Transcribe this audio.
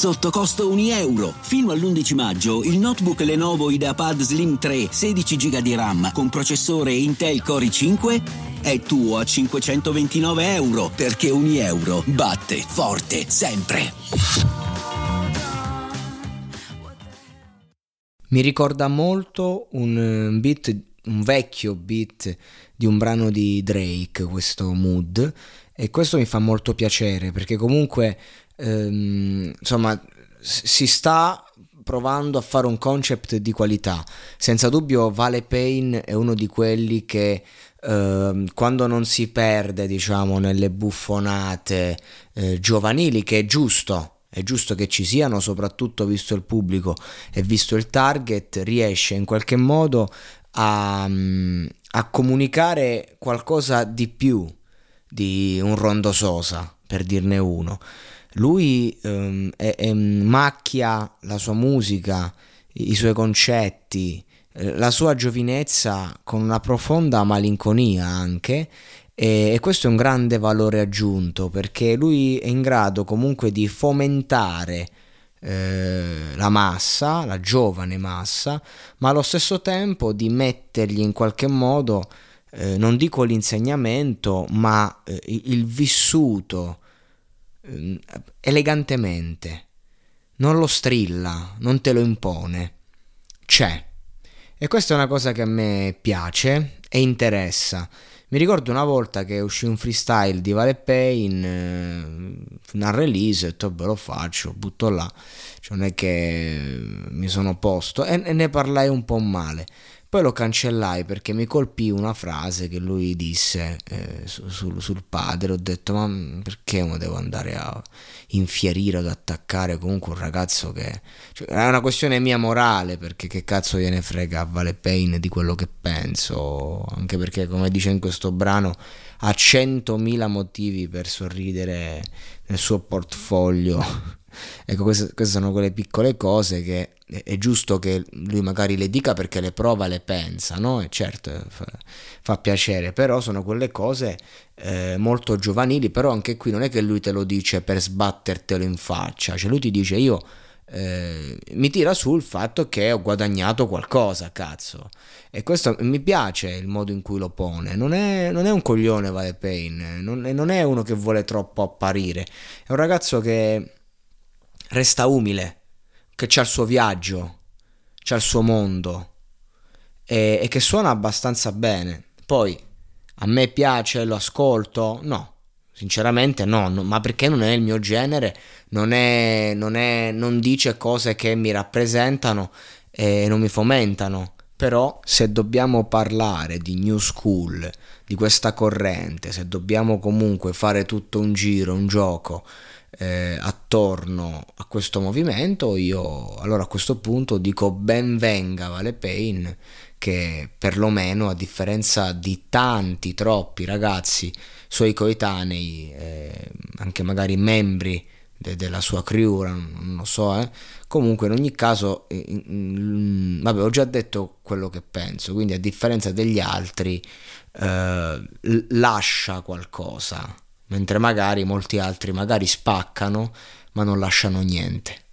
sotto costo €1. Fino all'11 maggio il notebook Lenovo IdeaPad Slim 3 16 GB di RAM con processore Intel Core i5 è tuo a €529, perché €1 batte forte sempre. Mi ricorda molto un vecchio beat di un brano di Drake, questo Mood, e questo mi fa molto piacere perché comunque insomma si sta provando a fare un concept di qualità. Senza dubbio Vale Payne è uno di quelli che quando non si perde, diciamo, nelle buffonate giovanili, che è giusto che ci siano, soprattutto visto il pubblico e visto il target, riesce in qualche modo a comunicare qualcosa di più di un Rondo Sosa, per dirne uno. Lui macchia la sua musica, i suoi concetti, la sua giovinezza con una profonda malinconia anche, e questo è un grande valore aggiunto, perché lui è in grado comunque di fomentare la massa, la giovane massa, ma allo stesso tempo di mettergli in qualche modo, non dico l'insegnamento, ma il vissuto elegantemente. Non lo strilla, non te lo impone, c'è. E questa è una cosa che a me piace e interessa. Mi ricordo una volta che uscì un freestyle di Vale Payne, una release, ho detto, beh, lo faccio, butto là, cioè, non è che mi sono posto, e ne parlai un po' male. Poi lo cancellai perché mi colpì una frase che lui disse sul padre. Ho detto, ma perché mo devo andare a infierire, ad attaccare comunque un ragazzo che... Cioè, è una questione mia morale, perché che cazzo gliene frega a Vale Payne di quello che penso, anche perché, come dice in questo brano, ha 100.000 motivi per sorridere nel suo portfoglio. Ecco, queste sono quelle piccole cose che è giusto che lui magari le dica perché le prova, le pensa, no? E certo fa piacere, però sono quelle cose molto giovanili. Però anche qui non è che lui te lo dice per sbattertelo in faccia, cioè lui ti dice, io mi tira sul fatto che ho guadagnato qualcosa, cazzo, e questo mi piace, il modo in cui lo pone. Non è un coglione Vale Payne, non è uno che vuole troppo apparire, è un ragazzo che resta umile, che c'ha il suo viaggio, c'ha il suo mondo, e che suona abbastanza bene. Poi a me piace, lo ascolto? No, sinceramente no, ma perché non è il mio genere, non dice cose che mi rappresentano e non mi fomentano. Però se dobbiamo parlare di new school, di questa corrente, se dobbiamo comunque fare tutto un giro, un gioco attorno a questo movimento, io allora a questo punto dico ben venga Vale Payne, che perlomeno, a differenza di tanti, troppi ragazzi suoi coetanei, anche magari membri della sua crew, non lo so, comunque in ogni caso, vabbè, ho già detto quello che penso, quindi a differenza degli altri lascia qualcosa, mentre magari molti altri magari spaccano ma non lasciano niente.